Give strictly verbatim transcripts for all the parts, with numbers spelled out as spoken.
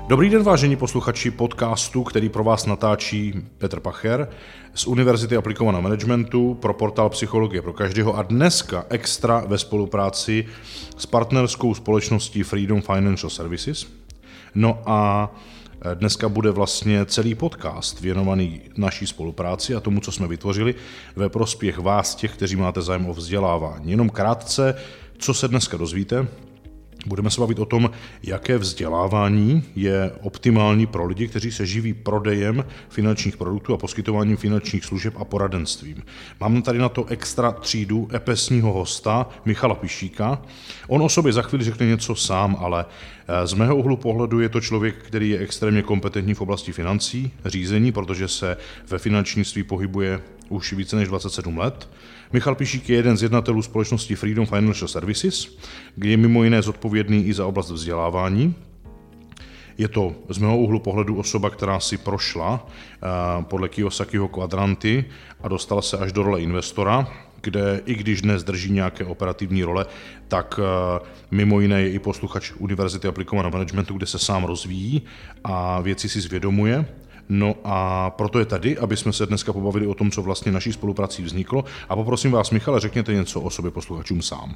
Dobrý den, vážení posluchači podcastu, který pro vás natáčí Petr Pacher z Univerzity aplikovaného managementu pro portál Psychologie pro každého a dneska extra ve spolupráci s partnerskou společností Freedom Financial Services. No a dneska bude vlastně celý podcast věnovaný naší spolupráci a tomu, co jsme vytvořili ve prospěch vás, těch, kteří máte zájem o vzdělávání. Jenom krátce, co se dneska dozvíte. Budeme se bavit o tom, jaké vzdělávání je optimální pro lidi, kteří se živí prodejem finančních produktů a poskytováním finančních služeb a poradenstvím. Mám tady na to extra třídu epesního hosta Michala Pišíka. On o sobě za chvíli řekne něco sám, ale z mého úhlu pohledu je to člověk, který je extrémně kompetentní v oblasti financí, řízení, protože se ve finančnictví pohybuje už více než dvacet sedm let. Michal Pišík je jeden z jednatelů společnosti Freedom Financial Services, kde je mimo jiné zodpovědný i za oblast vzdělávání. Je to z mého úhlu pohledu osoba, která si prošla podle Kiyosakiho kvadranty a dostala se až do role investora, kde i když dnes drží nějaké operativní role, tak mimo jiné je i posluchač Univerzity aplikovaného managementu, kde se sám rozvíjí a věci si zvědomuje. No a proto je tady, aby jsme se dneska pobavili o tom, co vlastně naší spoluprací vzniklo. A poprosím vás, Michale, řekněte něco o sobě posluchačům sám.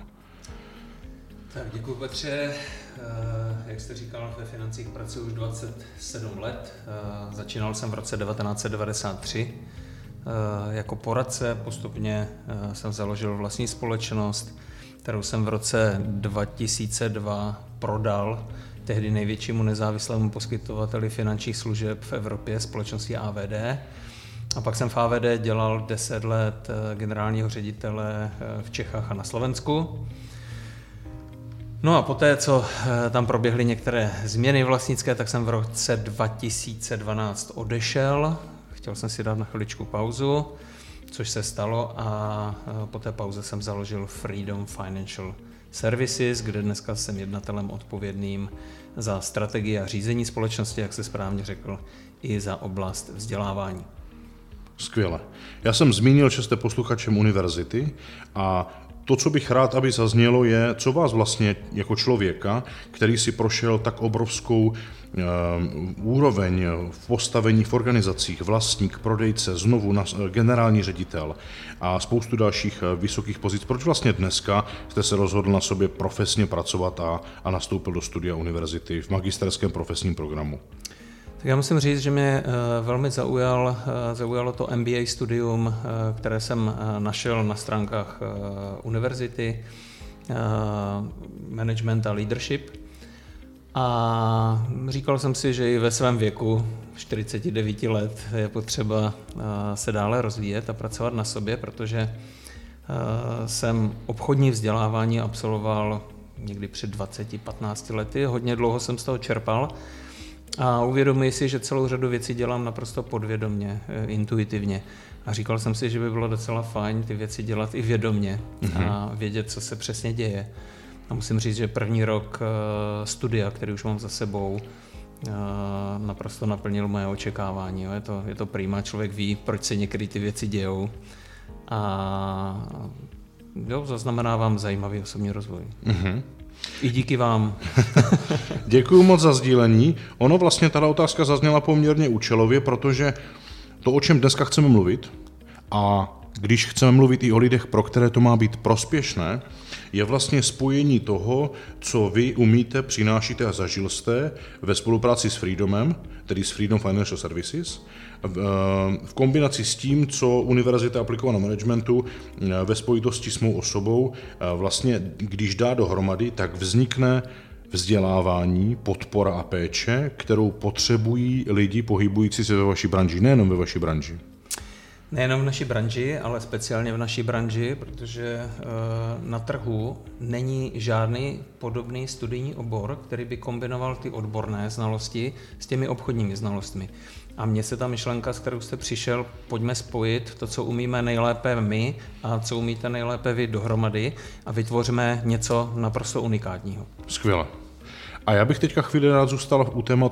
Tak děkuji, Petře. Jak jste říkal, ve financích pracuji už dvacet sedm let. Začínal jsem v roce devatenáct set devadesát tři. Jako poradce postupně jsem založil vlastní společnost, kterou jsem v roce dva tisíce dva prodal tehdy největšímu nezávislému poskytovateli finančních služeb v Evropě, společnosti A V D. A pak jsem v A V D dělal deset let generálního ředitele v Čechách a na Slovensku. No a poté, co tam proběhly některé změny vlastnické, tak jsem v roce dva tisíce dvanáct odešel. Chtěl jsem si dát na chviličku pauzu, což se stalo, a po té pauze jsem založil Freedom Financial Services, kde dneska jsem jednatelem odpovědným za strategii a řízení společnosti, jak se správně řekl, i za oblast vzdělávání. Skvěle. Já jsem zmínil, že jste posluchačem univerzity a to, co bych rád, aby zaznělo, je, co vás vlastně jako člověka, který si prošel tak obrovskou e, úroveň v postavení v organizacích, vlastník, prodejce, znovu na, generální ředitel a spoustu dalších vysokých pozic. Proč vlastně dneska jste se rozhodl na sobě profesně pracovat a, a nastoupil do studia univerzity v magisterském profesním programu? Tak já musím říct, že mě velmi zaujal, zaujalo to M B A studium, které jsem našel na stránkách univerzity, management a leadership. A říkal jsem si, že i ve svém věku, čtyřicet devět let, je potřeba se dále rozvíjet a pracovat na sobě, protože jsem obchodní vzdělávání absolvoval někdy před dvaceti patnácti lety, hodně dlouho jsem z toho čerpal. A uvědomuji si, že celou řadu věcí dělám naprosto podvědomě, intuitivně. A říkal jsem si, že by bylo docela fajn ty věci dělat i vědomě mm-hmm. a vědět, co se přesně děje. A musím říct, že první rok studia, který už mám za sebou, naprosto naplnil moje očekávání. Je to, je to prima, člověk ví, proč se některé ty věci dějou. A jo, zaznamenávám zajímavý osobní rozvoj. Mm-hmm. I díky vám. Děkuju moc za sdílení. Ono vlastně, ta otázka zazněla poměrně účelově, protože to, o čem dneska chceme mluvit, a když chceme mluvit i o lidech, pro které to má být prospěšné, je vlastně spojení toho, co vy umíte, přinášíte a zažil jste ve spolupráci s Freedomem, tedy s Freedom Financial Services, v kombinaci s tím, co Univerzita aplikovaného managementu ve spojitosti s mou osobou vlastně, když dá dohromady, tak vznikne vzdělávání, podpora a péče, kterou potřebují lidi pohybující se ve vaší branži, nejenom ve vaší branži. Nejenom v naší branži, ale speciálně v naší branži, protože na trhu není žádný podobný studijní obor, který by kombinoval ty odborné znalosti s těmi obchodními znalostmi. A mně se ta myšlenka, s kterou jste přišel, pojďme spojit to, co umíme nejlépe my a co umíte nejlépe vy dohromady a vytvoříme něco naprosto unikátního. Skvěle. A já bych teďka chvíli rád zůstal u tématu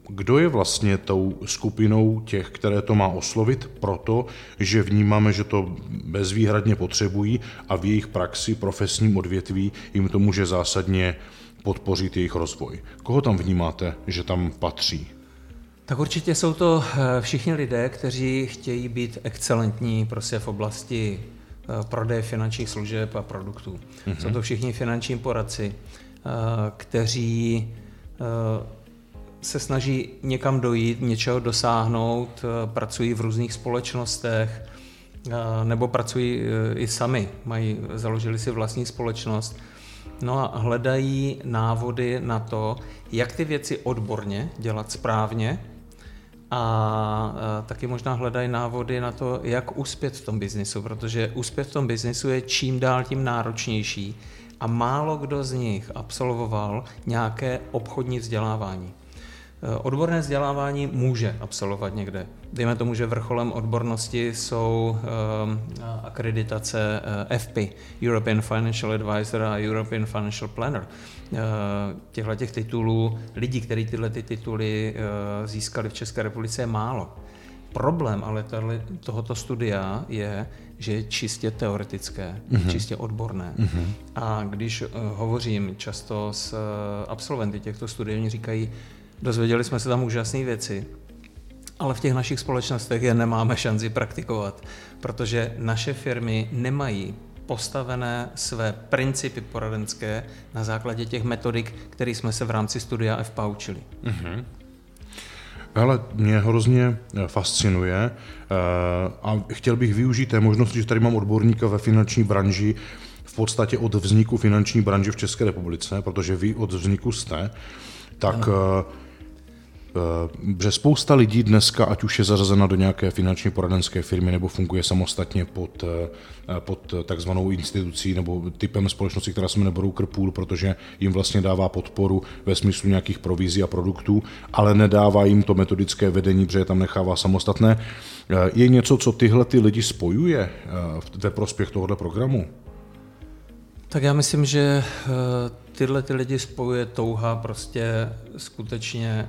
Kdo je vlastně tou skupinou těch, které to má oslovit, protože vnímáme, že to bezvýhradně potřebují a v jejich praxi, profesním odvětví jim to může zásadně podpořit jejich rozvoj. Koho tam vnímáte, že tam patří? Tak určitě jsou to všichni lidé, kteří chtějí být excelentní prostě v oblasti prodeje finančních služeb a produktů. Mm-hmm. Jsou to všichni finanční poradci, kteří se snaží někam dojít, něčeho dosáhnout, pracují v různých společnostech nebo pracují i sami, mají, založili si vlastní společnost. No a hledají návody na to, jak ty věci odborně dělat správně a taky možná hledají návody na to, jak uspět v tom biznisu, protože uspět v tom biznisu je čím dál tím náročnější a málo kdo z nich absolvoval nějaké obchodní vzdělávání. Odborné vzdělávání může absolvovat někde. Dejme tomu, že vrcholem odbornosti jsou uh, akreditace uh, F P, European Financial Advisor a European Financial Planner. Uh, těchto těch titulů, lidí, kteří tyhle ty tituly uh, získali v České republice, je málo. Problém ale tahle, tohoto studia je, že je čistě teoretické, mm-hmm. čistě odborné. Mm-hmm. A když uh, hovořím často s uh, absolventy těchto studií, oni říkají, dozvěděli jsme se tam úžasné věci, ale v těch našich společnostech je nemáme šanci praktikovat, protože naše firmy nemají postavené své principy poradenské na základě těch metodik, které jsme se v rámci studia F P A učili. Mm-hmm. Ale mě hrozně fascinuje a chtěl bych využít té možnosti, že tady mám odborníka ve finanční branži, v podstatě od vzniku finanční branže v České republice, protože vy od vzniku jste, tak že spousta lidí dneska, ať už je zařazena do nějaké finanční poradenské firmy nebo funguje samostatně pod, pod takzvanou institucí nebo typem společnosti, která se jmenuje Broker Pool, protože jim vlastně dává podporu ve smyslu nějakých provizí a produktů, ale nedává jim to metodické vedení, protože je tam nechává samostatné. Je něco, co tyhle ty lidi spojuje ve prospěch tohoto programu? Tak já myslím, že tyhle ty lidi spojuje touha prostě skutečně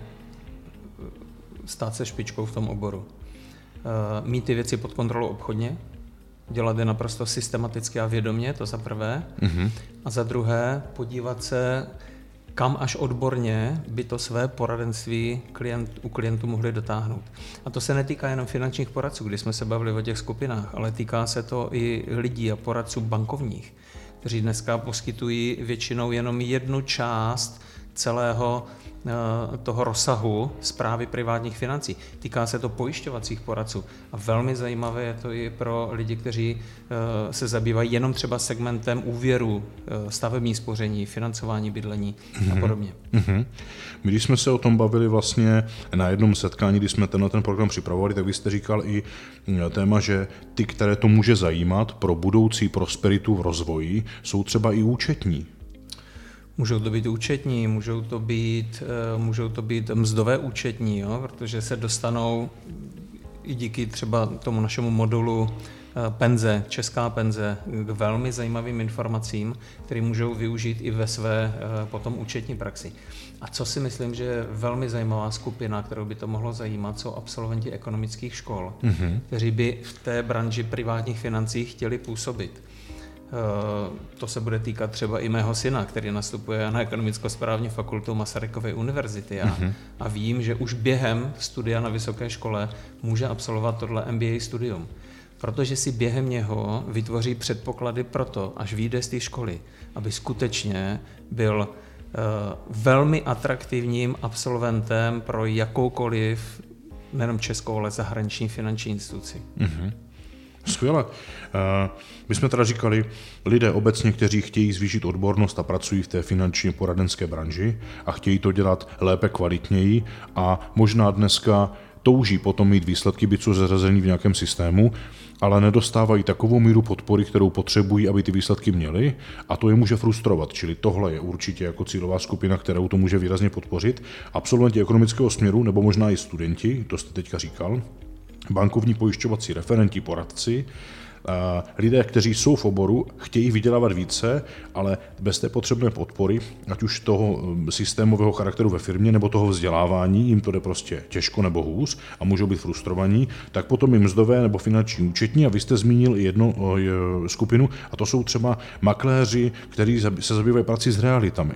stát se špičkou v tom oboru. Mít ty věci pod kontrolou obchodně, dělat je naprosto systematicky a vědomě, to za prvé. Mm-hmm. A za druhé podívat se, kam až odborně by to své poradenství klient, u klientů mohli dotáhnout. A to se netýká jenom finančních poradců, když jsme se bavili o těch skupinách, ale týká se to i lidí a poradců bankovních, kteří dneska poskytují většinou jenom jednu část celého toho rozsahu správy privátních financí. Týká se to pojišťovacích poradců. A velmi zajímavé je to i pro lidi, kteří se zabývají jenom třeba segmentem úvěru, stavební spoření, financování bydlení a podobně. Mm-hmm. My, když jsme se o tom bavili vlastně na jednom setkání, kdy jsme tenhle ten program připravovali, tak vy jste říkal i téma, že ty, které to může zajímat pro budoucí prosperitu v rozvoji, jsou třeba i účetní. Můžou to být účetní, můžou to být, můžou to být mzdové účetní, jo, protože se dostanou i díky třeba tomu našemu modulu penze, česká penze, k velmi zajímavým informacím, které můžou využít i ve své potom účetní praxi. A co si myslím, že je velmi zajímavá skupina, kterou by to mohlo zajímat, jsou absolventi ekonomických škol, mm-hmm. kteří by v té branži privátních financí chtěli působit. To se bude týkat třeba i mého syna, který nastupuje na ekonomicko-správní fakultu Masarykovy univerzity a, uh-huh. a vím, že už během studia na vysoké škole může absolvovat tohle M B A studium, protože si během něho vytvoří předpoklady pro to, až vyjde z té školy, aby skutečně byl uh, velmi atraktivním absolventem pro jakoukoliv, nejenom českou, ale zahraniční finanční instituci. Uh-huh. Skvěle. My jsme teda říkali, lidé obecně, kteří chtějí zvýšit odbornost a pracují v té finančně poradenské branži a chtějí to dělat lépe, kvalitněji a možná dneska touží potom mít výsledky, být jsou zařazení v nějakém systému, ale nedostávají takovou míru podpory, kterou potřebují, aby ty výsledky měly, a to je může frustrovat. Čili tohle je určitě jako cílová skupina, kterou to může výrazně podpořit. Absolventi ekonomického směru, nebo možná i studenti, to jste teďka říkal, bankovní pojišťovací referenti, poradci, lidé, kteří jsou v oboru, chtějí vydělávat více, ale bez té potřebné podpory, ať už toho systémového charakteru ve firmě nebo toho vzdělávání, jim to jde prostě těžko nebo hůř a můžou být frustrovaní, tak potom i mzdové nebo finanční účetní, a vy jste zmínil jednu skupinu, a to jsou třeba makléři, kteří se zabývají prací s realitami.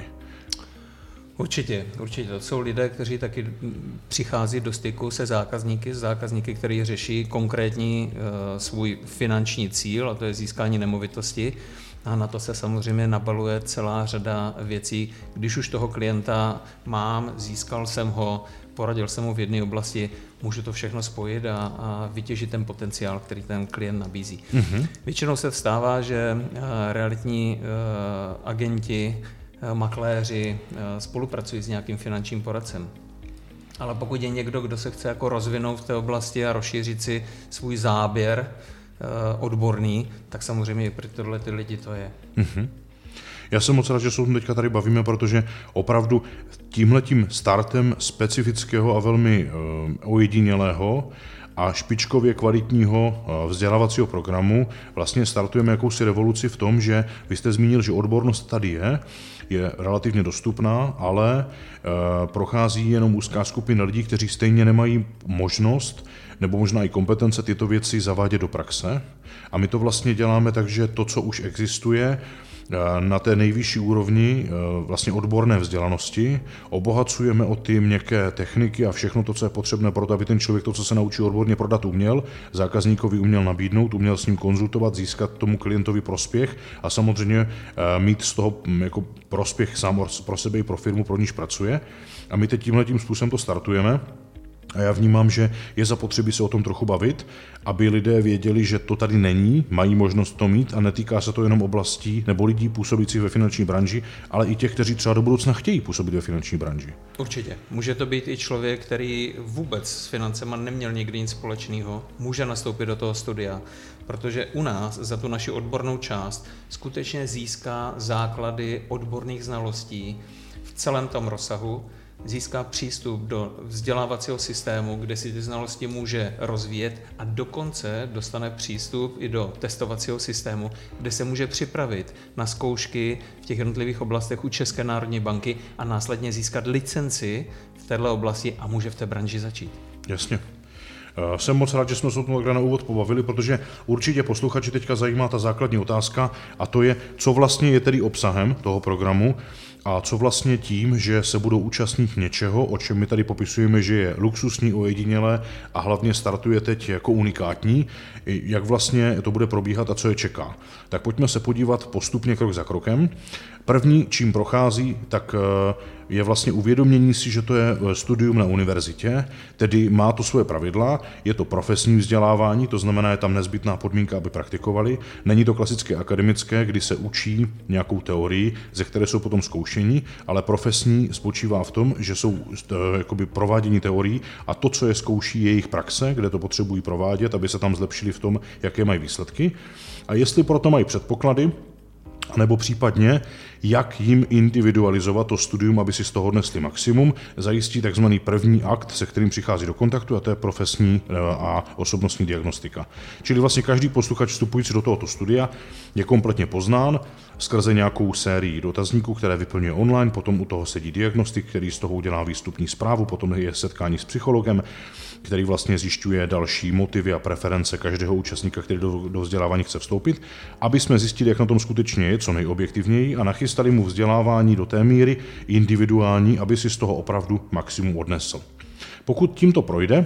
Určitě, určitě. To jsou lidé, kteří taky přichází do styku se zákazníky, s zákazníky, kteří řeší konkrétní uh, svůj finanční cíl, a to je získání nemovitosti. A na to se samozřejmě nabaluje celá řada věcí. Když už toho klienta mám, získal jsem ho, poradil jsem mu v jedné oblasti, můžu to všechno spojit a, a vytěžit ten potenciál, který ten klient nabízí. Mm-hmm. Většinou se stává, že uh, realitní uh, agenti, makléři spolupracují s nějakým finančním poradcem. Ale pokud je někdo, kdo se chce jako rozvinout v té oblasti a rozšířit si svůj záběr odborný, tak samozřejmě i pro tyhle ty lidi to je. Mm-hmm. Já jsem moc rád, že se o tom teďka tady bavíme, protože opravdu tímhletím startem specifického a velmi uh, ojedinělého a špičkově kvalitního vzdělávacího programu vlastně startujeme jakousi revoluci v tom, že vy jste zmínil, že odbornost tady je, je relativně dostupná, ale e, prochází jenom úzká skupina lidí, kteří stejně nemají možnost nebo možná i kompetence tyto věci zavádět do praxe. A my to vlastně děláme tak, že to, co už existuje, na té nejvyšší úrovni vlastně odborné vzdělanosti, obohacujeme o ty měkké techniky a všechno to, co je potřebné pro to, aby ten člověk to, co se naučí odborně prodat, uměl, zákazníkovi uměl nabídnout, uměl s ním konzultovat, získat tomu klientovi prospěch a samozřejmě mít z toho jako prospěch sám pro sebe i pro firmu, pro níž pracuje. A my teď tímhletím způsobem to startujeme. A já vnímám, že je zapotřebí se o tom trochu bavit, aby lidé věděli, že to tady není, mají možnost to mít a netýká se to jenom oblastí nebo lidí působících ve finanční branži, ale i těch, kteří třeba do budoucna chtějí působit ve finanční branži. Určitě. Může to být i člověk, který vůbec s financema neměl nikdy nic společného, může nastoupit do toho studia, protože u nás za tu naši odbornou část skutečně získá základy odborných znalostí v celém tom rozsahu, získá přístup do vzdělávacího systému, kde si ty znalosti může rozvíjet a dokonce dostane přístup i do testovacího systému, kde se může připravit na zkoušky v těch jednotlivých oblastech u České národní banky a následně získat licenci v této oblasti a může v té branži začít. Jasně. Jsem moc rád, že jsme se o tom takhle na úvod pobavili, protože určitě posluchači teďka zajímá ta základní otázka a to je, co vlastně je tedy obsahem toho programu a co vlastně tím, že se budou účastnit něčeho, o čem my tady popisujeme, že je luxusní, ojedinělé a hlavně startuje teď jako unikátní, jak vlastně to bude probíhat a co je čeká. Tak pojďme se podívat postupně krok za krokem. První, čím prochází, tak je vlastně uvědomění si, že to je studium na univerzitě, tedy má to svoje pravidla, je to profesní vzdělávání, to znamená, je tam nezbytná podmínka, aby praktikovali. Není to klasické akademické, kdy se učí nějakou teorii, ze které jsou potom zkoušení, ale profesní spočívá v tom, že jsou jakoby provádění teorií a to, co je zkouší, je jejich praxe, kde to potřebují provádět, aby se tam zlepšili v tom, jaké mají výsledky. A jestli proto mají předpoklady, nebo případně, jak jim individualizovat to studium, aby si z toho odnesli maximum, zajistí takzvaný první akt, se kterým přichází do kontaktu, a to je profesní a osobnostní diagnostika. Čili vlastně každý posluchač vstupující do tohoto studia je kompletně poznán skrze nějakou sérii dotazníků, které vyplňuje online, potom u toho sedí diagnostik, který z toho udělá výstupní zprávu, potom je setkání s psychologem, který vlastně zjišťuje další motivy a preference každého účastníka, který do, do vzdělávání chce vstoupit, aby jsme zjistili, jak na tom skutečně je, co nejobjektivněji a nachystali mu vzdělávání do té míry individuální, aby si z toho opravdu maximum odnesl. Pokud tímto projde,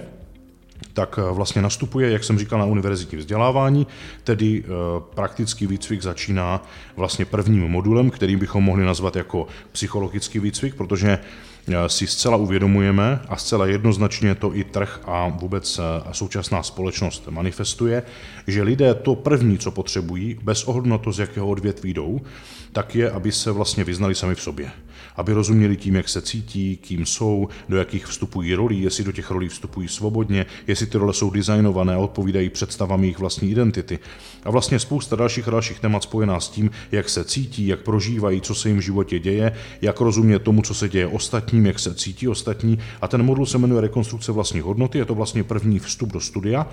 tak vlastně nastupuje, jak jsem říkal, na univerzitní vzdělávání, tedy praktický výcvik začíná vlastně prvním modulem, který bychom mohli nazvat jako psychologický výcvik, protože si zcela uvědomujeme a zcela jednoznačně to i trh a vůbec současná společnost manifestuje, že lidé to první, co potřebují, bez ohledu na to, z jakého odvětví jdou, tak je, aby se vlastně vyznali sami v sobě. Aby rozuměli tím, jak se cítí, kým jsou, do jakých vstupují rolí, jestli do těch rolí vstupují svobodně, jestli ty role jsou designované a odpovídají představám jejich vlastní identity. A vlastně spousta dalších a dalších témat spojená s tím, jak se cítí, jak prožívají, co se jim v životě děje, jak rozumět tomu, co se děje ostatním, jak se cítí ostatní. A ten modul se jmenuje Rekonstrukce vlastní hodnoty, je to vlastně první vstup do studia.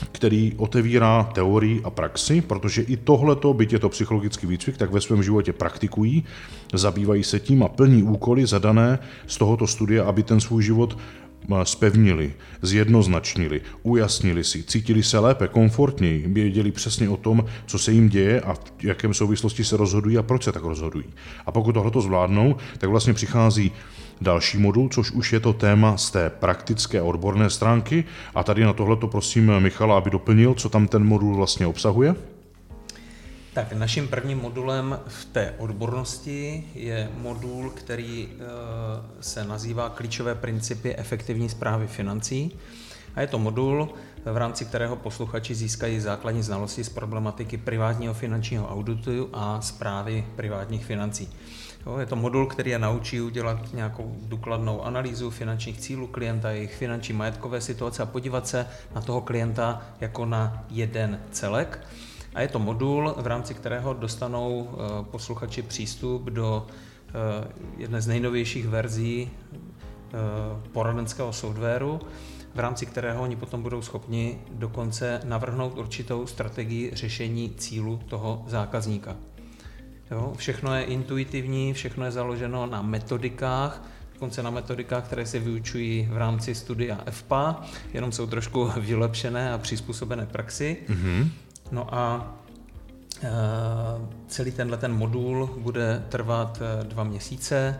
který otevírá teorii a praxi, protože i tohleto, byť je to psychologický výcvik, tak ve svém životě praktikují, zabývají se tím a plní úkoly zadané z tohoto studia, aby ten svůj život zpevnili, zjednoznačnili, ujasnili si, cítili se lépe, komfortněji, věděli přesně o tom, co se jim děje a v jakém souvislosti se rozhodují a proč se tak rozhodují. A pokud tohleto zvládnou, tak vlastně přichází další modul, což už je to téma z té praktické a odborné stránky. A tady na tohleto prosím Michala, aby doplnil, co tam ten modul vlastně obsahuje. Tak naším prvním modulem v té odbornosti je modul, který se nazývá Klíčové principy efektivní správy financí. A je to modul, v rámci kterého posluchači získají základní znalosti z problematiky privátního finančního auditu a správy privátních financí. Je to modul, který je naučí udělat nějakou důkladnou analýzu finančních cílů klienta, jejich finanční majetkové situace a podívat se na toho klienta jako na jeden celek. A je to modul, v rámci kterého dostanou posluchači přístup do jedné z nejnovějších verzí poradenského softwaru, v rámci kterého oni potom budou schopni dokonce navrhnout určitou strategii řešení cílu toho zákazníka. Jo, všechno je intuitivní, všechno je založeno na metodikách, dokonce na metodikách, které se vyučují v rámci studia F P A, jenom jsou trošku vylepšené a přizpůsobené praxi. Mm-hmm. No a e, celý tenhle ten modul bude trvat dva měsíce, e,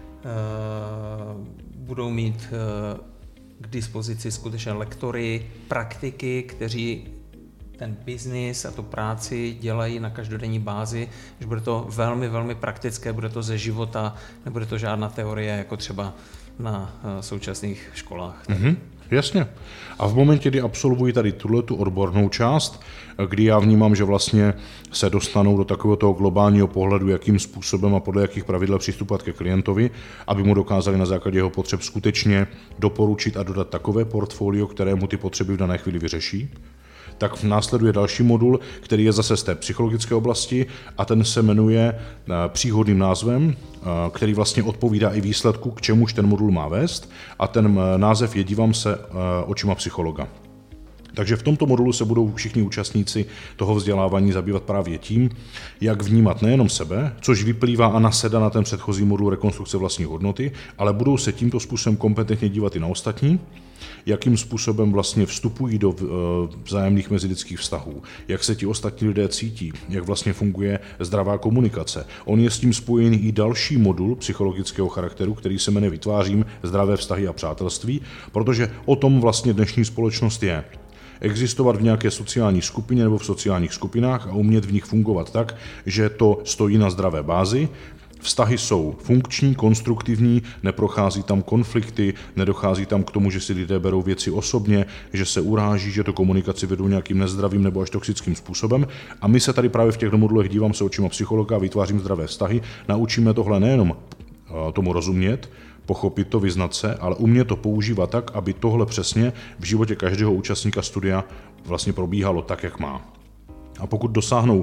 budou mít e, k dispozici skutečně lektory, praktiky, kteří ten biznis a tu práci dělají na každodenní bázi, že bude to velmi, velmi praktické, bude to ze života, nebude to žádná teorie, jako třeba na současných školách. Mm-hmm, jasně. A v momentě, kdy absolvují tady tuhletu odbornou část, kdy já vnímám, že vlastně se dostanou do takového toho globálního pohledu, jakým způsobem a podle jakých pravidel přistupovat ke klientovi, aby mu dokázali na základě jeho potřeb skutečně doporučit a dodat takové portfolio, které mu ty potřeby v dané chvíli vyřeší, tak následuje další modul, který je zase z té psychologické oblasti a ten se jmenuje příhodným názvem, který vlastně odpovídá i výsledku, k čemuž ten modul má vést, a ten název je Dívám se očima psychologa. Takže v tomto modulu se budou všichni účastníci toho vzdělávání zabývat právě tím, jak vnímat nejenom sebe, což vyplývá a nasedá na ten předchozí modul rekonstrukce vlastní hodnoty, ale budou se tímto způsobem kompetentně dívat i na ostatní, jakým způsobem vlastně vstupují do vzájemných mezilidských vztahů, jak se ti ostatní lidé cítí, jak vlastně funguje zdravá komunikace. On je s tím spojený i další modul psychologického charakteru, který se jmenuje Vytvářím zdravé vztahy a přátelství, protože o tom vlastně dnešní společnost je. Existovat v nějaké sociální skupině nebo v sociálních skupinách a umět v nich fungovat tak, že to stojí na zdravé bázi. Vztahy jsou funkční, konstruktivní, neprochází tam konflikty, nedochází tam k tomu, že si lidé berou věci osobně, že se uráží, že to komunikaci vedou nějakým nezdravým nebo až toxickým způsobem. A my se tady právě v těch modulech Dívám se očima psychologa a Vytvářím zdravé vztahy, naučíme tohle nejenom tomu rozumět, pochopit to, vyznat se, ale umět to používat tak, aby tohle přesně v životě každého účastníka studia vlastně probíhalo tak, jak má. A pokud dosáhnou uh,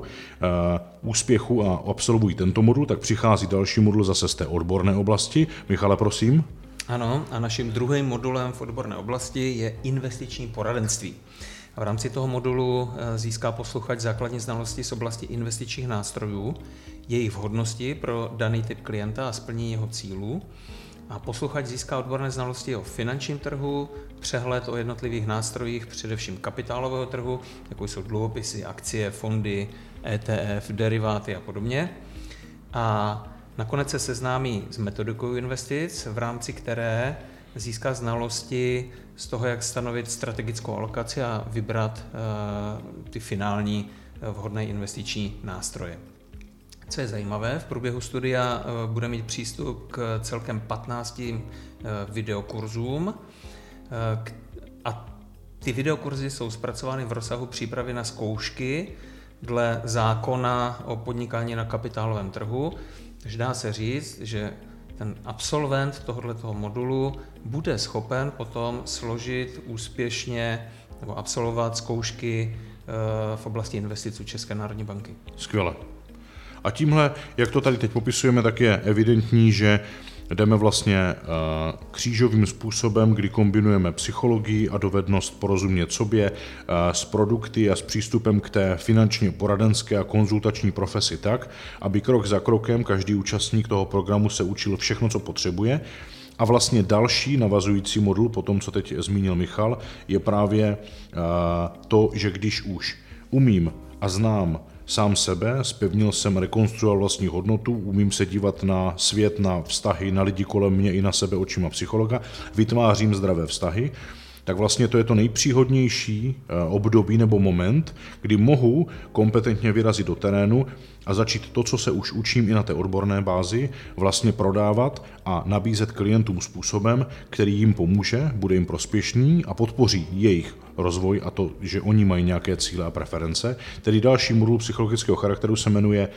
úspěchu a absolvují tento modul, tak přichází další modul zase z té odborné oblasti. Michale, prosím. Ano, a naším druhým modulem v odborné oblasti je investiční poradenství. A v rámci toho modulu získá posluchač základní znalosti z oblasti investičních nástrojů, jejich vhodnosti pro daný typ klienta a splnění jeho cílů. A posluchač získá odborné znalosti o finančním trhu, přehled o jednotlivých nástrojích, především kapitálového trhu, jako jsou dluhopisy, akcie, fondy, E T F, deriváty a podobně. A nakonec se seznámí s metodikou investic, v rámci které získá znalosti z toho, jak stanovit strategickou alokaci a vybrat uh, ty finální uh, vhodné investiční nástroje. Co je zajímavé, v průběhu studia bude mít přístup k celkem patnácti videokurzům a ty videokurzy jsou zpracovány v rozsahu přípravy na zkoušky dle zákona o podnikání na kapitálovém trhu. Takže dá se říct, že ten absolvent tohoto modulu bude schopen potom složit úspěšně nebo absolvovat zkoušky v oblasti investic u České národní banky. Skvěle. A tímhle, jak to tady teď popisujeme, tak je evidentní, že jdeme vlastně křížovým způsobem, kdy kombinujeme psychologii a dovednost porozumět sobě s produkty a s přístupem k té finančně poradenské a konzultační profesi tak, aby krok za krokem každý účastník toho programu se učil všechno, co potřebuje. A vlastně další navazující modul, po tom, co teď zmínil Michal, je právě to, že když už umím a znám sám sebe, zpevnil jsem, rekonstruoval vlastní hodnotu, umím se dívat na svět, na vztahy, na lidi kolem mě i na sebe očima psychologa, vytvářím zdravé vztahy, tak vlastně to je to nejpříhodnější období nebo moment, kdy mohu kompetentně vyrazit do terénu a začít to, co se už učím i na té odborné bázi, vlastně prodávat a nabízet klientům způsobem, který jim pomůže, bude jim prospěšný a podpoří jejich rozvoj a to, že oni mají nějaké cíle a preference. Tedy další modul psychologického charakteru se jmenuje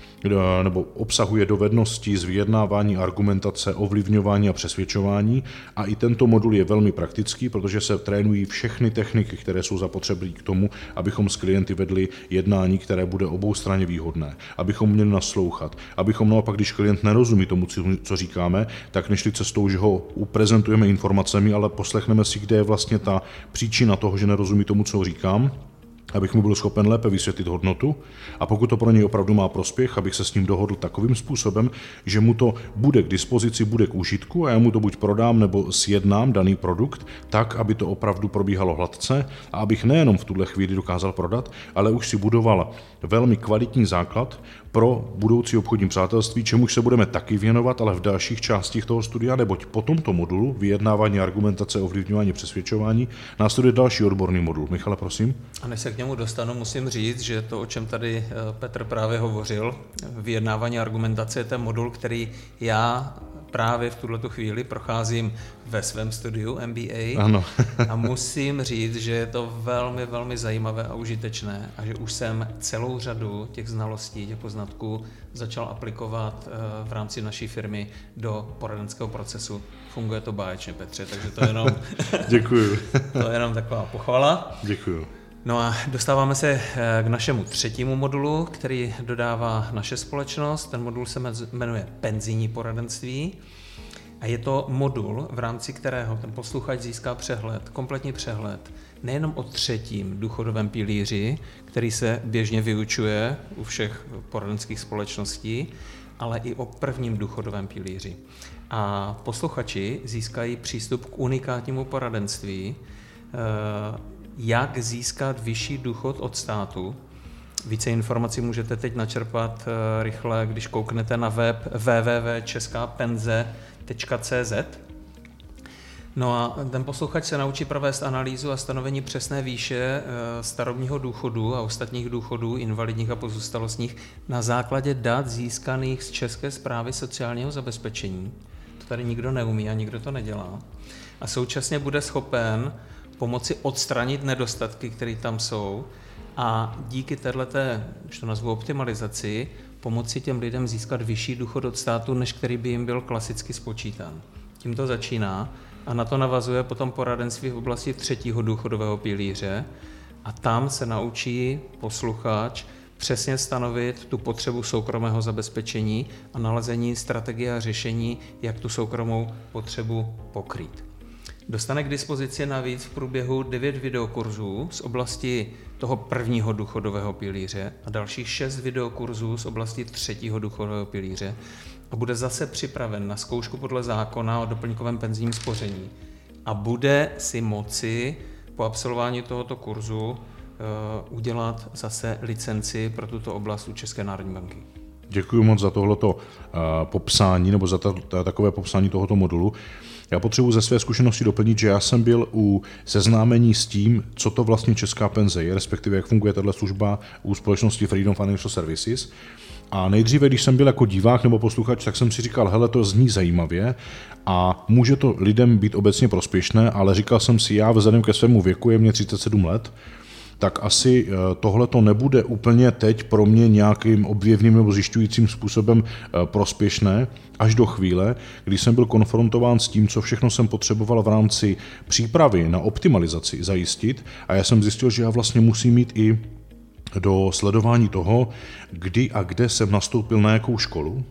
nebo obsahuje dovednosti z vyjednávání, argumentace, ovlivňování a přesvědčování a i tento modul je velmi praktický, protože se trénují všechny techniky, které jsou zapotřebí k tomu, abychom s klienty vedli jednání, které bude oboustranně výhodné, abychom měli naslouchat, abychom naopak, když klient nerozumí tomu, co říkáme, tak nešli cestou, že ho uprezentujeme informacemi, ale poslechneme si, kde je vlastně ta příčina toho, že nerozumí tomu, co říkám, abych mu byl schopen lépe vysvětlit hodnotu a pokud to pro něj opravdu má prospěch, abych se s ním dohodl takovým způsobem, že mu to bude k dispozici, bude k užitku a já mu to buď prodám nebo sjednám daný produkt tak, aby to opravdu probíhalo hladce a abych nejenom v tuhle chvíli dokázal prodat, ale už si budoval velmi kvalitní základ pro budoucí obchodní přátelství, čemuž se budeme taky věnovat, ale v dalších částích toho studia, neboť po tomto modulu vyjednávání, argumentace, ovlivňování, přesvědčování následuje další odborný modul. Michale, prosím. A než se k němu dostanu, musím říct, že to, o čem tady Petr právě hovořil, vyjednávání, argumentace je ten modul, který já právě v tuhletu chvíli procházím ve svém studiu M B A ano. A musím říct, že je to velmi, velmi zajímavé a užitečné a že už jsem celou řadu těch znalostí, těch poznatků začal aplikovat v rámci naší firmy do poradenského procesu. Funguje to báječně, Petře, takže to je jenom, Děkuju. To je jenom taková pochvala. Děkuju. No a dostáváme se k našemu třetímu modulu, který dodává naše společnost. Ten modul se jmenuje penzijní poradenství a je to modul, v rámci kterého ten posluchač získá přehled, kompletní přehled, nejenom o třetím důchodovém pilíři, který se běžně vyučuje u všech poradenských společností, ale i o prvním důchodovém pilíři. A posluchači získají přístup k unikátnímu poradenství, jak získat vyšší důchod od státu. Více informací můžete teď načerpat rychle, když kouknete na web w w w tečka česká penze tečka c z. No a ten posluchač se naučí provést analýzu a stanovení přesné výše starobního důchodu a ostatních důchodů, invalidních a pozůstalostních na základě dat získaných z České správy sociálního zabezpečení. To tady nikdo neumí a nikdo to nedělá. A současně bude schopen pomoci odstranit nedostatky, které tam jsou a díky této, už to nazvu optimalizaci, pomoci těm lidem získat vyšší důchod od státu, než který by jim byl klasicky spočítán. Tím to začíná a na to navazuje potom poradenství v oblasti třetího důchodového pilíře a tam se naučí posluchač přesně stanovit tu potřebu soukromého zabezpečení a nalezení strategie a řešení, jak tu soukromou potřebu pokrýt. Dostane k dispozici navíc v průběhu devět videokurzů z oblasti toho prvního důchodového pilíře a dalších šest videokurzů z oblasti třetího důchodového pilíře a bude zase připraven na zkoušku podle zákona o doplňkovém penzijním spoření a bude si moci po absolvování tohoto kurzu uh, udělat zase licenci pro tuto oblast u České národní banky. Děkuji moc za tohleto uh, popsání nebo za ta, ta, takové popsání tohoto modulu. Já potřebuji ze své zkušenosti doplnit, že já jsem byl u seznámení s tím, co to vlastně Česká penze je, respektive jak funguje tato služba u společnosti Freedom Financial Services. A nejdříve, když jsem byl jako divák nebo posluchač, tak jsem si říkal, hele, to zní zajímavě a může to lidem být obecně prospěšné, ale říkal jsem si, já vzhledem ke svému věku, je mě třicet sedm let, tak asi tohle to nebude úplně teď pro mě nějakým obvěvným nebo zjišťujícím způsobem prospěšné, až do chvíle, kdy jsem byl konfrontován s tím, co všechno jsem potřeboval v rámci přípravy na optimalizaci zajistit a já jsem zjistil, že já vlastně musím mít i do sledování toho, kdy a kde jsem nastoupil na jakou školu,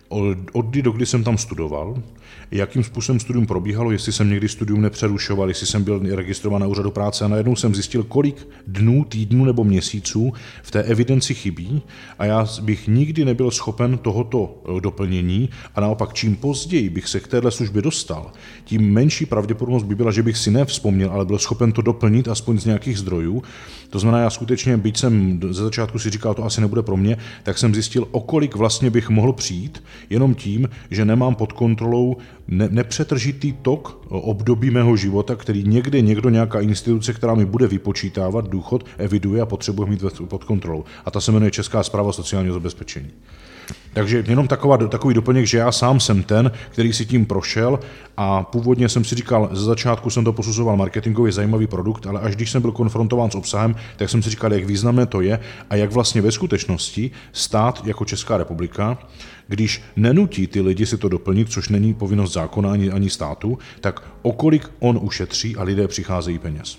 od kdy do kdy jsem tam studoval, jakým způsobem studium probíhalo, jestli jsem někdy studium nepřerušoval, jestli jsem byl registrován na úřadu práce a najednou jsem zjistil, kolik dnů, týdnů nebo měsíců v té evidenci chybí a já bych nikdy nebyl schopen tohoto doplnění a naopak čím později bych se k téhle službě dostal, tím menší pravděpodobnost by byla, že bych si nevzpomněl, ale byl schopen to doplnit aspoň z nějakých zdrojů. To znamená, já skutečně, byť jsem ze začátku si říkal, to asi nebude pro mě, tak jsem zjistil, o kolik vlastně bych mohl přijít, jenom tím, že nemám pod kontrolou ne- nepřetržitý tok období mého života, který někde někdo, nějaká instituce, která mi bude vypočítávat důchod, eviduje a potřebuje mít pod kontrolou. A ta se jmenuje Česká správa sociálního zabezpečení. Takže jenom taková, takový doplněk, že já sám jsem ten, který si tím prošel a původně jsem si říkal, ze začátku jsem to posuzoval marketingově zajímavý produkt, ale až když jsem byl konfrontován s obsahem, tak jsem si říkal, jak významné to je a jak vlastně ve skutečnosti stát jako Česká republika, když nenutí ty lidi si to doplnit, což není povinnost zákona ani, ani státu, tak o kolik on ušetří a lidé přicházejí peněz.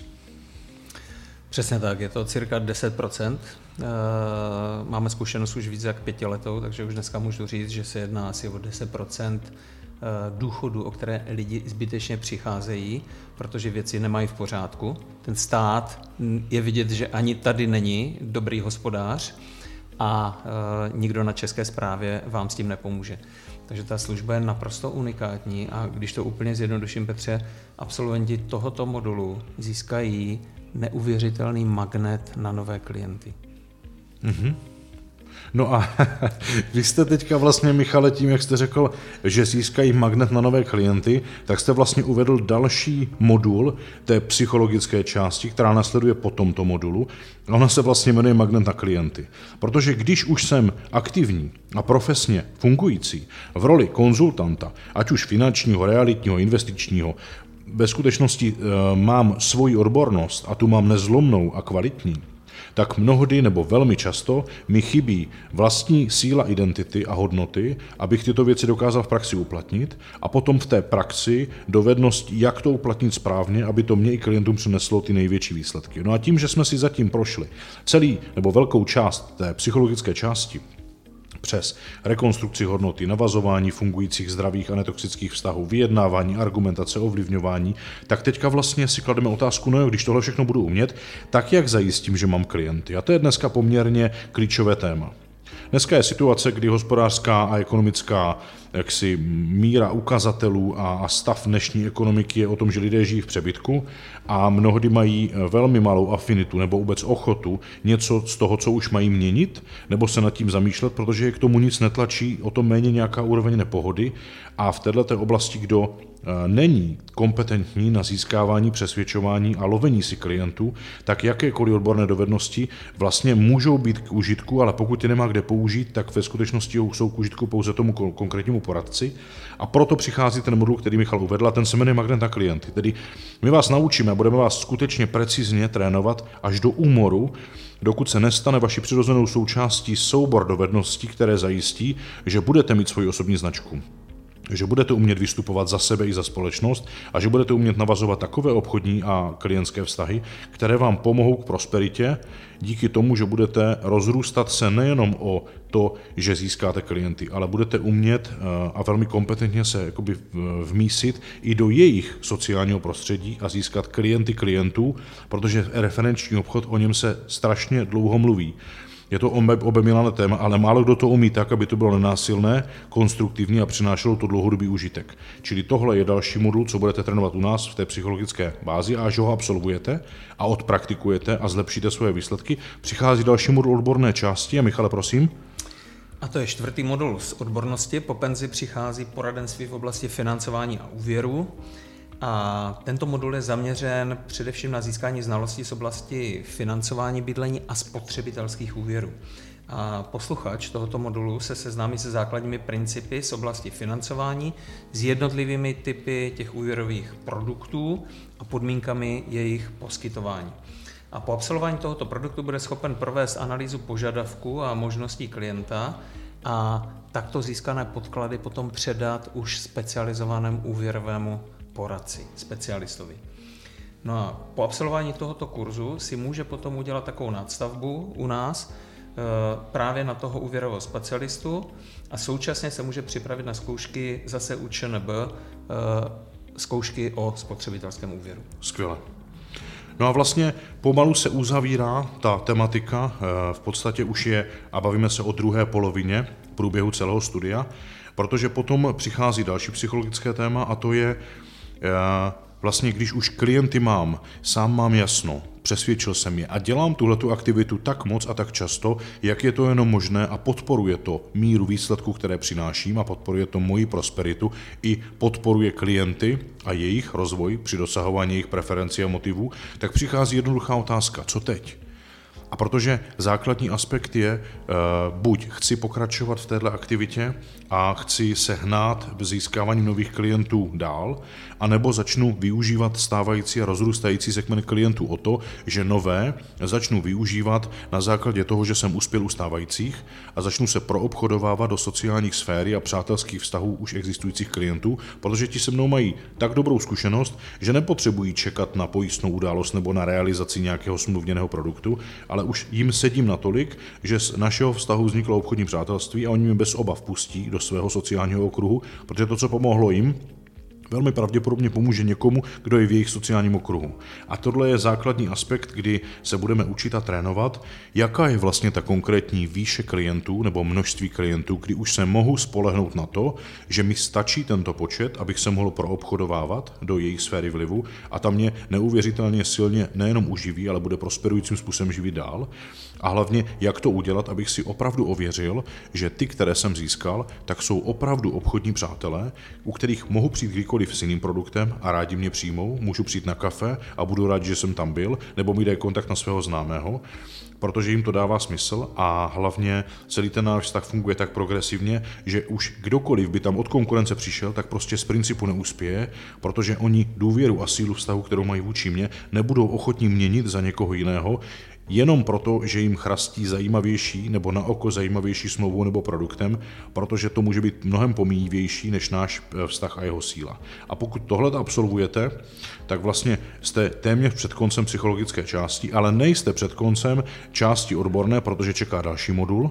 Přesně tak, je to cirka deset procent. Máme zkušenost už víc jak pětiletou, takže už dneska můžu říct, že se jedná asi o deset procent důchodu, o které lidi zbytečně přicházejí, protože věci nemají v pořádku. Ten stát je vidět, že ani tady není dobrý hospodář a nikdo na České správě vám s tím nepomůže. Takže ta služba je naprosto unikátní a když to úplně zjednoduším, Petře, absolventi tohoto modulu získají neuvěřitelný magnet na nové klienty. Mm-hmm. No a vy jste teďka vlastně, Michale, tím, jak jste řekl, že získají magnet na nové klienty, tak jste vlastně uvedl další modul té psychologické části, která nasleduje po tomto modulu. A ona se vlastně jmenuje magnet na klienty. Protože když už jsem aktivní a profesně fungující v roli konzultanta, ať už finančního, realitního, investičního, ve skutečnosti e, mám svoji odbornost a tu mám nezlomnou a kvalitní, tak mnohdy nebo velmi často mi chybí vlastní síla identity a hodnoty, abych tyto věci dokázal v praxi uplatnit a potom v té praxi dovednost, jak to uplatnit správně, aby to mě i klientům přineslo ty největší výsledky. No a tím, že jsme si zatím prošli celý nebo velkou část té psychologické části, přes rekonstrukci hodnoty, navazování fungujících zdravých a netoxických vztahů, vyjednávání, argumentace, ovlivňování, tak teďka vlastně si klademe otázku, no jo, když tohle všechno budu umět, tak jak zajistím, že mám klienty? A to je dneska poměrně klíčové téma. Dneska je situace, kdy hospodářská a ekonomická jaksi míra ukazatelů a stav dnešní ekonomiky je o tom, že lidé žijí v přebytku a mnohdy mají velmi malou afinitu nebo vůbec ochotu něco z toho, co už mají, měnit nebo se nad tím zamýšlet, protože je k tomu nic netlačí, o tom méně nějaká úroveň nepohody a v této oblasti, kdo není kompetentní na získávání, přesvědčování a lovení si klientů, tak jakékoliv odborné dovednosti vlastně můžou být k užitku, ale pokud je nemá kde použít, tak ve skutečnosti jsou k užitku pouze tomu konkrétnímu poradci. A proto přichází ten modul, který Michal uvedl, a ten se jmenuje magnet na klienty. Tedy my vás naučíme a budeme vás skutečně precizně trénovat až do úmoru, dokud se nestane vaší přirozenou součástí soubor dovedností, které zajistí, že budete mít svoji osobní značku, že budete umět vystupovat za sebe i za společnost a že budete umět navazovat takové obchodní a klientské vztahy, které vám pomohou k prosperitě díky tomu, že budete rozrůstat se nejenom o to, že získáte klienty, ale budete umět a velmi kompetentně se jakoby vmísit i do jejich sociálního prostředí a získat klienty klientů, protože referenční obchod, o něm se strašně dlouho mluví. Je to obemilané téma, ale málo kdo to umí tak, aby to bylo nenásilné, konstruktivní a přinášelo to dlouhodobý užitek. Čili tohle je další modul, co budete trénovat u nás v té psychologické bázi a až ho absolvujete a odpraktikujete a zlepšíte svoje výsledky, přichází další modul odborné části. A Michale, prosím. A to je čtvrtý modul z odbornosti. Po penzi přichází poradenství v oblasti financování a úvěru. A tento modul je zaměřen především na získání znalostí z oblasti financování bydlení a spotřebitelských úvěrů. A posluchač tohoto modulu se seznámí se základními principy z oblasti financování, s jednotlivými typy těch úvěrových produktů a podmínkami jejich poskytování. A po absolvování tohoto produktu bude schopen provést analýzu požadavků a možností klienta a takto získané podklady potom předat už specializovanému úvěrovému poradci, specialistovi. No a po absolvování tohoto kurzu si může potom udělat takovou nadstavbu u nás, právě na toho úvěrového specialistu a současně se může připravit na zkoušky zase u ČNB, zkoušky o spotřebitelském úvěru. Skvěle. No a vlastně pomalu se uzavírá ta tematika, v podstatě už je, a bavíme se o druhé polovině průběhu celého studia, protože potom přichází další psychologické téma a to je vlastně, když už klienty mám, sám mám jasno, přesvědčil jsem je a dělám tuhletu aktivitu tak moc a tak často, jak je to jenom možné a podporuje to míru výsledků, které přináším a podporuje to moji prosperitu i podporuje klienty a jejich rozvoj při dosahování jejich preferencí a motivů, tak přichází jednoduchá otázka, co teď? A protože základní aspekt je, buď chci pokračovat v této aktivitě a chci sehnat v získávání nových klientů dál, anebo začnu využívat stávající a rozrůstající segment klientů o to, že nové začnu využívat na základě toho, že jsem uspěl u stávajících a začnu se proobchodovávat do sociálních sféry a přátelských vztahů už existujících klientů, protože ti se mnou mají tak dobrou zkušenost, že nepotřebují čekat na pojistnou událost nebo na realizaci nějakého smluvněného produktu, ale už jim sedím natolik, že z našeho vztahu vzniklo obchodní přátelství a oni mě bez obav pustí do svého sociálního okruhu, protože to, co pomohlo jim, velmi pravděpodobně pomůže někomu, kdo je v jejich sociálním okruhu. A tohle je základní aspekt, kdy se budeme učit a trénovat, jaká je vlastně ta konkrétní výše klientů nebo množství klientů, kdy už se mohu spolehnout na to, že mi stačí tento počet, abych se mohl proobchodovávat do jejich sféry vlivu a tam mě neuvěřitelně silně nejenom uživí, ale bude prosperujícím způsobem živit dál. A hlavně, jak to udělat, abych si opravdu ověřil, že ty, které jsem získal, tak jsou opravdu obchodní přátelé, u kterých mohu přijít kdykoliv s jiným produktem a rádi mě přijmou, můžu přijít na kafe a budu rád, že jsem tam byl, nebo mi dají kontakt na svého známého, protože jim to dává smysl a hlavně celý ten náš vztah funguje tak progresivně, že už kdokoliv by tam od konkurence přišel, tak prostě z principu neuspěje, protože oni důvěru a sílu vztahu, kterou mají vůči mně, nebudou ochotní měnit za někoho jiného, jenom proto, že jim chrastí zajímavější nebo na oko zajímavější smlouvou nebo produktem, protože to může být mnohem pomíjivější než náš vztah a jeho síla. A pokud tohle absolvujete, tak vlastně jste téměř před koncem psychologické části, ale nejste před koncem části odborné, protože čeká další modul.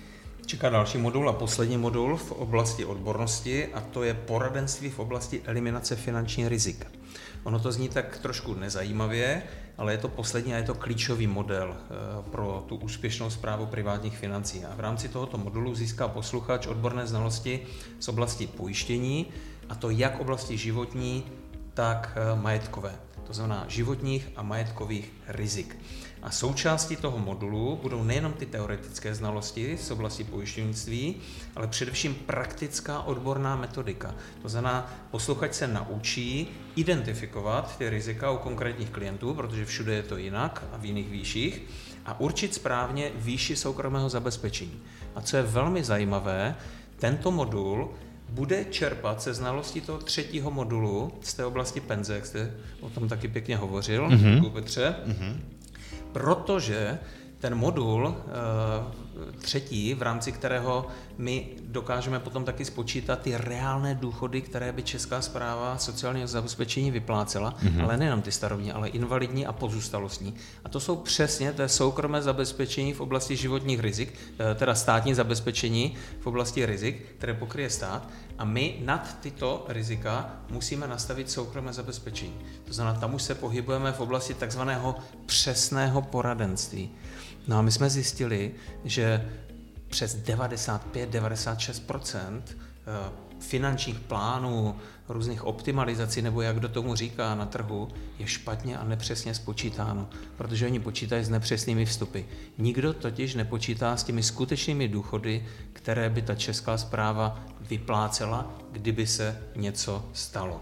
Čeká další modul a poslední modul v oblasti odbornosti a to je poradenství v oblasti eliminace finančních rizik. Ono to zní tak trošku nezajímavě, ale je to poslední a je to klíčový model pro tu úspěšnou správu privátních financí. A v rámci tohoto modulu získá posluchač odborné znalosti z oblasti pojištění, a to jak oblasti životní, tak majetkové. To znamená životních a majetkových rizik. A součástí toho modulu budou nejenom ty teoretické znalosti z oblasti pojišťovnictví, ale především praktická odborná metodika. To znamená, posluchač se naučí identifikovat ty rizika u konkrétních klientů, protože všude je to jinak a v jiných výších, a určit správně výši soukromého zabezpečení. A co je velmi zajímavé, tento modul bude čerpat se znalostí toho třetího modulu z té oblasti penze, jak jste o tom taky pěkně hovořil, mm-hmm. Petře, mm-hmm. protože ten modul uh, třetí, v rámci kterého my dokážeme potom taky spočítat ty reálné důchody, které by Česká správa sociálního zabezpečení vyplácela, mm-hmm. ale nejenom ty starobní, ale invalidní a pozůstalostní. A to jsou přesně té soukromé zabezpečení v oblasti životních rizik, teda státní zabezpečení v oblasti rizik, které pokryje stát, a my nad tyto rizika musíme nastavit soukromé zabezpečení. To znamená, tam už se pohybujeme v oblasti takzvaného přesného poradenství. No a my jsme zjistili, že přes devadesát pět až devadesát šest procent finančních plánů, různých optimalizací, nebo jak do tomu říká na trhu, je špatně a nepřesně spočítáno, protože oni počítají s nepřesnými vstupy. Nikdo totiž nepočítá s těmi skutečnými důchody, které by ta Česká správa vyplácela, kdyby se něco stalo.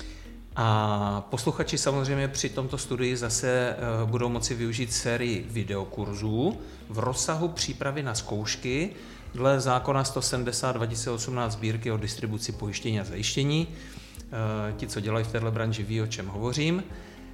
A posluchači samozřejmě při tomto studii zase budou moci využít sérii videokurzů v rozsahu přípravy na zkoušky dle zákona sto sedmdesát dva tisíce osmnáct sbírky o distribuci pojištění a zajištění. Ti, co dělají v této branži, ví, o čem hovořím.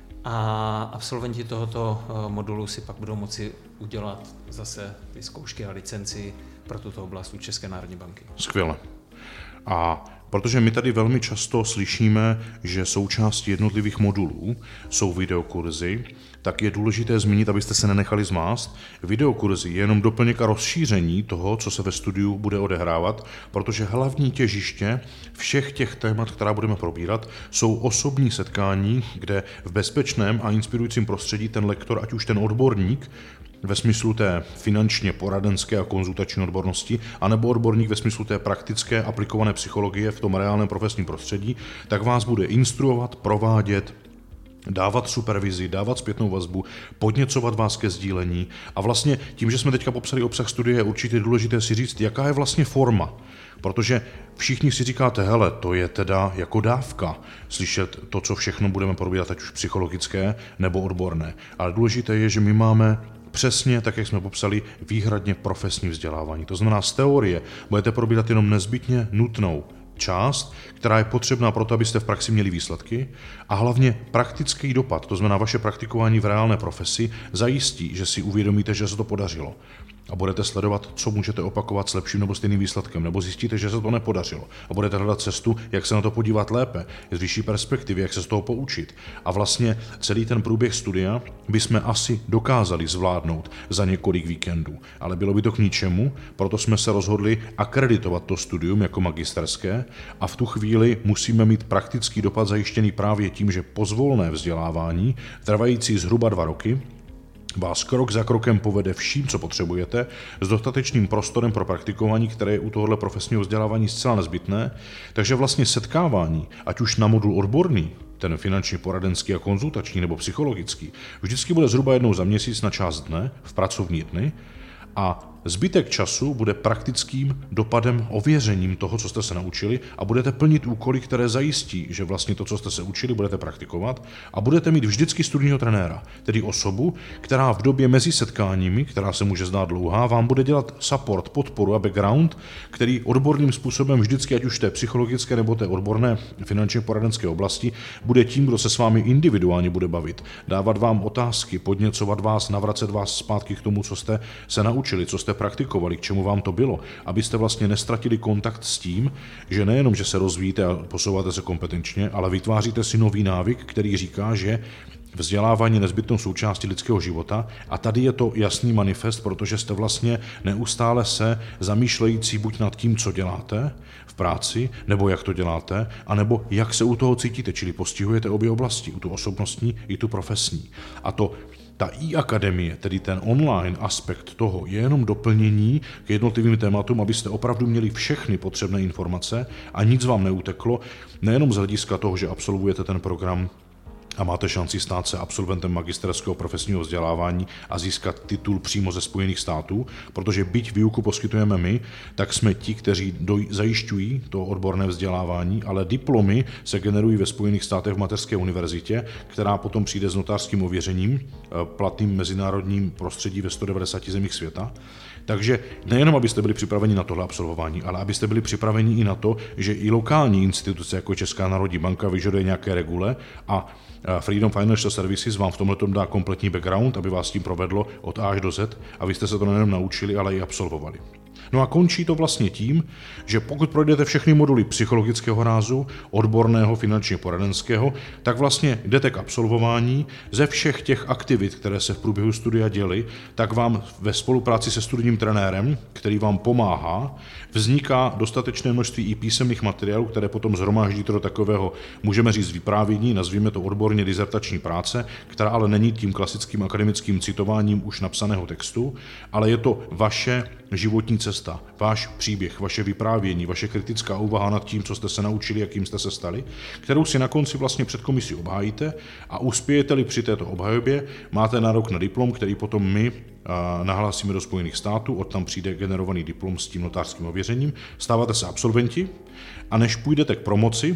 A absolventi tohoto modulu si pak budou moci udělat zase ty zkoušky a licenci pro tuto oblast u České národní banky. Skvěle. A Protože my tady velmi často slyšíme, že součástí jednotlivých modulů jsou videokurzy, tak je důležité zmínit, abyste se nenechali zmást. Videokurzy je jenom doplněk a rozšíření toho, co se ve studiu bude odehrávat, protože hlavní těžiště všech těch témat, která budeme probírat, jsou osobní setkání, kde v bezpečném a inspirujícím prostředí ten lektor, ať už ten odborník, ve smyslu té finančně poradenské a konzultační odbornosti, anebo odborník ve smyslu té praktické aplikované psychologie v tom reálném profesním prostředí, tak vás bude instruovat, provádět, dávat supervizi, dávat zpětnou vazbu, podněcovat vás ke sdílení. A vlastně tím, že jsme teďka popsali obsah studie, je určitě důležité si říct, jaká je vlastně forma. Protože všichni si říkáte, hele, to je teda jako dávka, slyšet to, co všechno budeme probírat, ať už psychologické nebo odborné. Ale důležité je, že my máme přesně, tak jak jsme popsali, výhradně profesní vzdělávání. To znamená, z teorie budete probírat jenom nezbytně nutnou část, která je potřebná pro to, abyste v praxi měli výsledky, a hlavně praktický dopad, to znamená vaše praktikování v reálné profesi, zajistí, že si uvědomíte, že se to podařilo. A budete sledovat, co můžete opakovat s lepším nebo stejným výsledkem, nebo zjistíte, že se to nepodařilo. A budete hledat cestu, jak se na to podívat lépe, z vyšší perspektivy, jak se z toho poučit. A vlastně celý ten průběh studia bychom asi dokázali zvládnout za několik víkendů. Ale bylo by to k ničemu, proto jsme se rozhodli akreditovat to studium jako magisterské a v tu chvíli musíme mít praktický dopad zajištěný právě tím, že pozvolné vzdělávání, trvající zhruba dva roky, vás krok za krokem povede vším, co potřebujete, s dostatečným prostorem pro praktikování, které je u tohohle profesního vzdělávání zcela nezbytné, takže vlastně setkávání, ať už na modul odborný, ten finančně poradenský a konzultační nebo psychologický, vždycky bude zhruba jednou za měsíc na část dne, v pracovní dny, a zbytek času bude praktickým dopadem, ověřením toho, co jste se naučili, a budete plnit úkoly, které zajistí, že vlastně to, co jste se učili, budete praktikovat, a budete mít vždycky studijního trenéra, tedy osobu, která v době mezi setkáními, která se může zdát dlouhá, vám bude dělat support, podporu a background, který odborným způsobem vždycky, ať už té psychologické nebo té odborné finančně poradenské oblasti, bude tím, kdo se s vámi individuálně bude bavit, dávat vám otázky, podněcovat vás, navracet vás zpátky k tomu, co jste se naučili, co jste praktikovali, k čemu vám to bylo, abyste vlastně nestratili kontakt s tím, že nejenom, že se rozvíjíte a posouváte se kompetenčně, ale vytváříte si nový návyk, který říká, že vzdělávání je nezbytnou součástí lidského života, a tady je to jasný manifest, protože jste vlastně neustále se zamýšlející buď nad tím, co děláte v práci, nebo jak to děláte, anebo jak se u toho cítíte, čili postihujete obě oblasti, u tu osobnostní i tu profesní. A to ta e-akademie, tedy ten online aspekt toho, je jenom doplnění k jednotlivým tématům, abyste opravdu měli všechny potřebné informace a nic vám neuteklo, nejenom z hlediska toho, že absolvujete ten program a máte šanci stát se absolventem magisterského profesního vzdělávání a získat titul přímo ze Spojených států, protože byť výuku poskytujeme my, tak jsme ti, kteří doj- zajišťují to odborné vzdělávání, ale diplomy se generují ve Spojených státech v mateřské univerzitě, která potom přijde s notářským ověřením, platným mezinárodním prostředí ve sto devadesáti zemích světa. Takže nejenom, abyste byli připraveni na tohle absolvování, ale abyste byli připraveni i na to, že i lokální instituce jako Česká národní banka vyžaduje nějaké regule a Freedom Financial Services vám v tomhle dá kompletní background, aby vás tím provedlo od A až do Z, a vy jste se to nejenom naučili, ale i absolvovali. No a končí to vlastně tím, že pokud projdete všechny moduly psychologického rázu, odborného, finančně poradenského, tak vlastně jdete k absolvování. Ze všech těch aktivit, které se v průběhu studia děly, tak vám ve spolupráci se studijním trenérem, který vám pomáhá, vzniká dostatečné množství i písemných materiálů, které potom zhromáždíte do takového, můžeme říct, vyprávění, nazvíme to odborně dizertační práce, která ale není tím klasickým akademickým citováním už napsaného textu, ale je to vaše životní cesta, váš příběh, vaše vyprávění, vaše kritická úvaha nad tím, co jste se naučili, jakým jste se stali, kterou si na konci vlastně před komisí obhájíte, a uspějete-li při této obhajobě, máte nárok na diplom, který potom my nahlásíme do Spojených států, odtam přijde generovaný diplom s tím notářským ověřením, stáváte se absolventi, a než půjdete k promoci,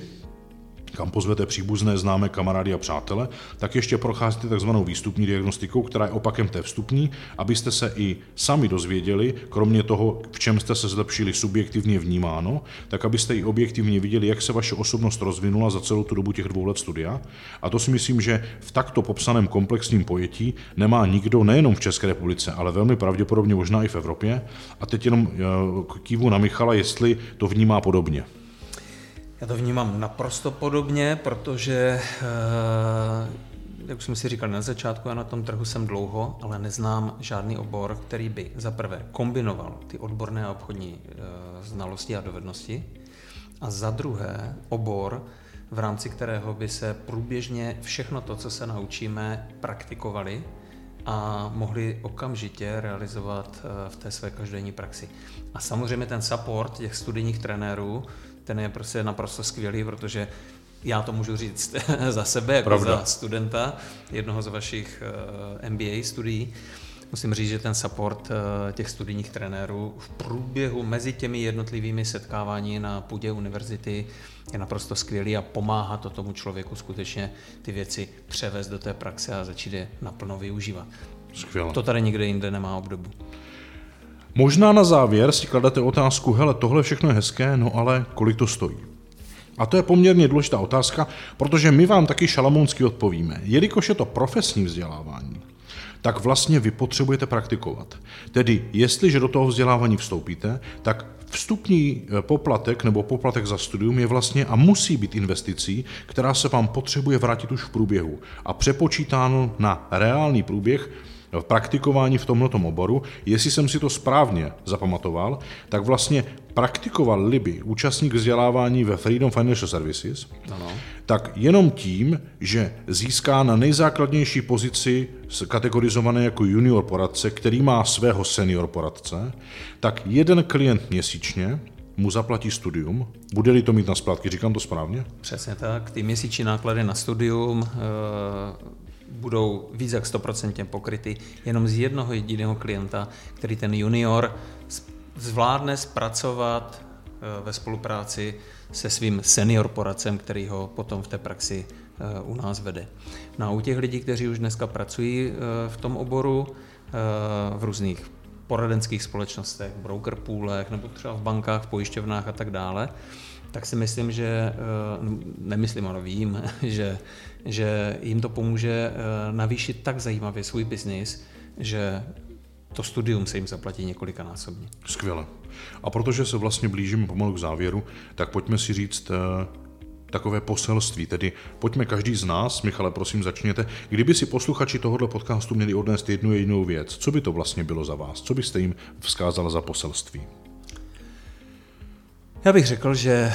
kam pozvete příbuzné, známé, kamarády a přátele, tak ještě procházíte takzvanou výstupní diagnostikou, která je opakem té vstupní, abyste se i sami dozvěděli, kromě toho, v čem jste se zlepšili subjektivně vnímáno, tak abyste i objektivně viděli, jak se vaše osobnost rozvinula za celou tu dobu těch dvou let studia. A to si myslím, že v takto popsaném komplexním pojetí nemá nikdo nejenom v České republice, ale velmi pravděpodobně možná i v Evropě. A teď jenom kývu na Michala, jestli to vnímá podobně. Já to vnímám naprosto podobně, protože, jak už jsme si říkali na začátku, já na tom trhu jsem dlouho, ale neznám žádný obor, který by za prvé kombinoval ty odborné a obchodní znalosti a dovednosti a za druhé obor, v rámci kterého by se průběžně všechno to, co se naučíme, praktikovali a mohli okamžitě realizovat v té své každodenní praxi. A samozřejmě ten support těch studijních trenérů, ten je prostě naprosto skvělý, protože já to můžu říct za sebe, jako Pravda. za studenta jednoho z vašich M B A studií. Musím říct, že ten support těch studijních trenérů v průběhu mezi těmi jednotlivými setkávání na půdě univerzity je naprosto skvělý a pomáhá to tomu člověku skutečně ty věci převést do té praxe a začít je naplno využívat. Skvěle. To tady nikde jinde nemá obdobu. Možná na závěr si kladete otázku, hele, tohle všechno je hezké, no ale kolik to stojí? A to je poměrně důležitá otázka, protože my vám taky šalamounsky odpovíme. Jelikož je to profesní vzdělávání, tak vlastně vy potřebujete praktikovat. Tedy, jestliže do toho vzdělávání vstoupíte, tak vstupní poplatek nebo poplatek za studium je vlastně a musí být investicí, která se vám potřebuje vrátit už v průběhu a přepočítáno na reálný průběh v praktikování v tomhletom oboru. Jestli jsem si to správně zapamatoval, tak vlastně praktikoval-li by účastník vzdělávání ve Freedom Financial Services, ano. tak jenom tím, že získá na nejzákladnější pozici kategorizované jako junior poradce, který má svého senior poradce, tak jeden klient měsíčně mu zaplatí studium, bude-li to mít na splátky, říkám to správně? Přesně tak, ty měsíční náklady na studium e- budou víc jak sto procent pokryty jenom z jednoho jediného klienta, který ten junior zvládne zpracovat ve spolupráci se svým senior poradcem, který ho potom v té praxi u nás vede. No a u těch lidí, kteří už dneska pracují v tom oboru, v různých poradenských společnostech, broker poolech nebo třeba v bankách, v pojišťovnách a tak dále, tak si myslím, že, nemyslím, ale vím, že, že jim to pomůže navýšit tak zajímavě svůj biznis, že to studium se jim zaplatí několikanásobně. Skvěle. A protože se vlastně blížíme pomalu k závěru, tak pojďme si říct takové poselství, tedy pojďme každý z nás, Michale, prosím, začněte. Kdyby si posluchači tohoto podcastu měli odnést jednu jedinou věc, co by to vlastně bylo za vás? Co byste jim vzkázal za poselství? Já bych řekl, že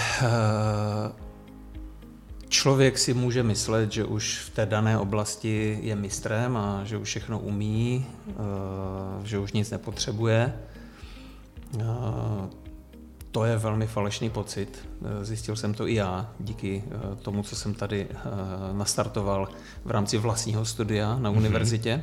člověk si může myslet, že už v té dané oblasti je mistrem a že už všechno umí, že už nic nepotřebuje. To je velmi falešný pocit. Zjistil jsem to i já díky tomu, co jsem tady nastartoval v rámci vlastního studia na univerzitě.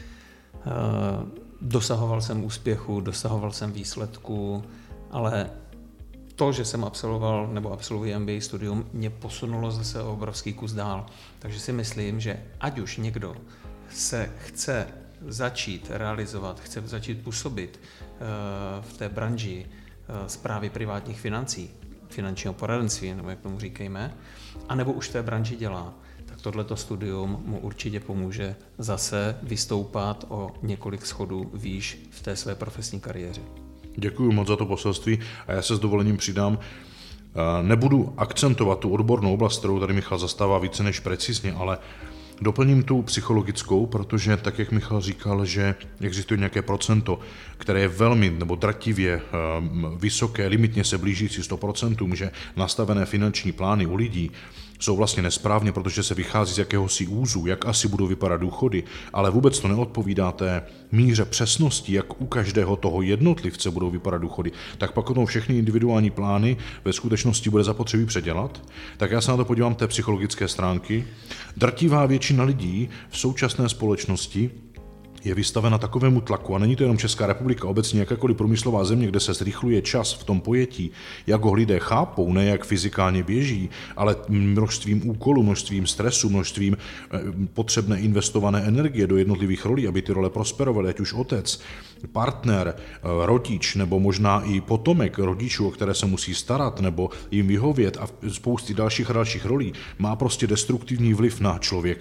Dosahoval jsem úspěchu, dosahoval jsem výsledků, ale to, že jsem absolvoval nebo absolvuji M B A studium, mě posunulo zase o obrovský kus dál. Takže si myslím, že ať už někdo se chce začít realizovat, chce začít působit v té branži správy privátních financí, finančního poradenství, nebo jak tomu říkejme, anebo už v té branži dělá, tak tohleto studium mu určitě pomůže zase vystoupat o několik schodů výš v té své profesní kariéře. Děkuji moc za to poselství a já se s dovolením přidám. Nebudu akcentovat tu odbornou oblast, kterou tady Michal zastává více než precizně, ale doplním tu psychologickou, protože tak, jak Michal říkal, že existuje nějaké procento, které je velmi nebo drativě vysoké, limitně se blížící sto procent, že nastavené finanční plány u lidí jsou vlastně nesprávně, protože se vychází z jakéhosi úzu, jak asi budou vypadat důchody, ale vůbec to neodpovídá té míře přesnosti, jak u každého toho jednotlivce budou vypadat důchody, tak pak potom všechny individuální plány ve skutečnosti bude zapotřebí předělat. Tak já se na to podívám té psychologické stránky. Drtivá většina lidí v současné společnosti je vystavena takovému tlaku, a není to jenom Česká republika, obecně jakákoliv průmyslová země, kde se zrychluje čas v tom pojetí, jak ho lidé chápou, ne jak fyzikálně běží, ale množstvím úkolů, množstvím stresu, množstvím potřebné investované energie do jednotlivých rolí, aby ty role prosperovaly, ať už otec, partner, rodič, nebo možná i potomek rodičů, o které se musí starat, nebo jim vyhovět a spousty dalších a dalších rolí, má prostě destruktivní vliv na člověka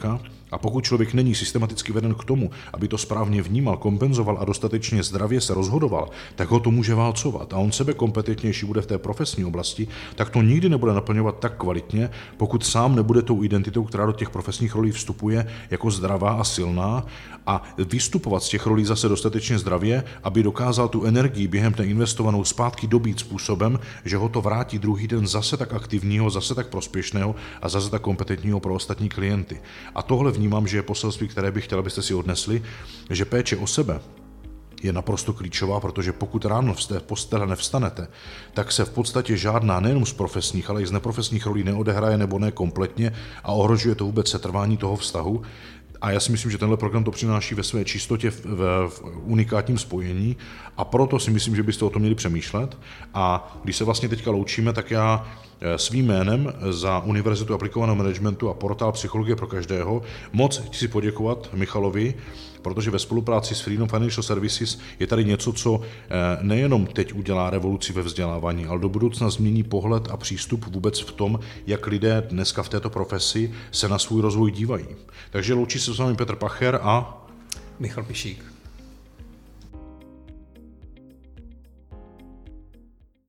A pokud člověk není systematicky veden k tomu, aby to správně vnímal, kompenzoval a dostatečně zdravě se rozhodoval, tak ho to může válcovat. A on sebe kompetentnější bude v té profesní oblasti, tak to nikdy nebude naplňovat tak kvalitně, pokud sám nebude tou identitou, která do těch profesních rolí vstupuje jako zdravá a silná, a vystupovat z těch rolí zase dostatečně zdravě, aby dokázal tu energii během té investovanou zpátky dobít způsobem, že ho to vrátí druhý den zase tak aktivního, zase tak prospěšného a zase tak kompetentního pro ostatní klienty. A tohle vnímám, že je poselství, které bych chtěl, abyste si odnesli, že péče o sebe je naprosto klíčová, protože pokud ráno z té postele nevstanete, tak se v podstatě žádná nejenom z profesních, ale i z neprofesních rolí neodehraje nebo ne kompletně a ohrožuje to vůbec setrvání toho vztahu. A já si myslím, že tenhle program to přináší ve své čistotě, v, v, v unikátním spojení, a proto si myslím, že byste o tom měli přemýšlet. A když se vlastně teďka loučíme, tak já svým jménem za Univerzitu aplikovaného managementu a portál Psychologie pro každého moc chci poděkovat Michalovi, protože ve spolupráci s Freedom Financial Services je tady něco, co nejenom teď udělá revoluci ve vzdělávání, ale do budoucna změní pohled a přístup vůbec v tom, jak lidé dneska v této profesi se na svůj rozvoj dívají. Takže loučí se s vámi Petr Pacher a Michal Pišík.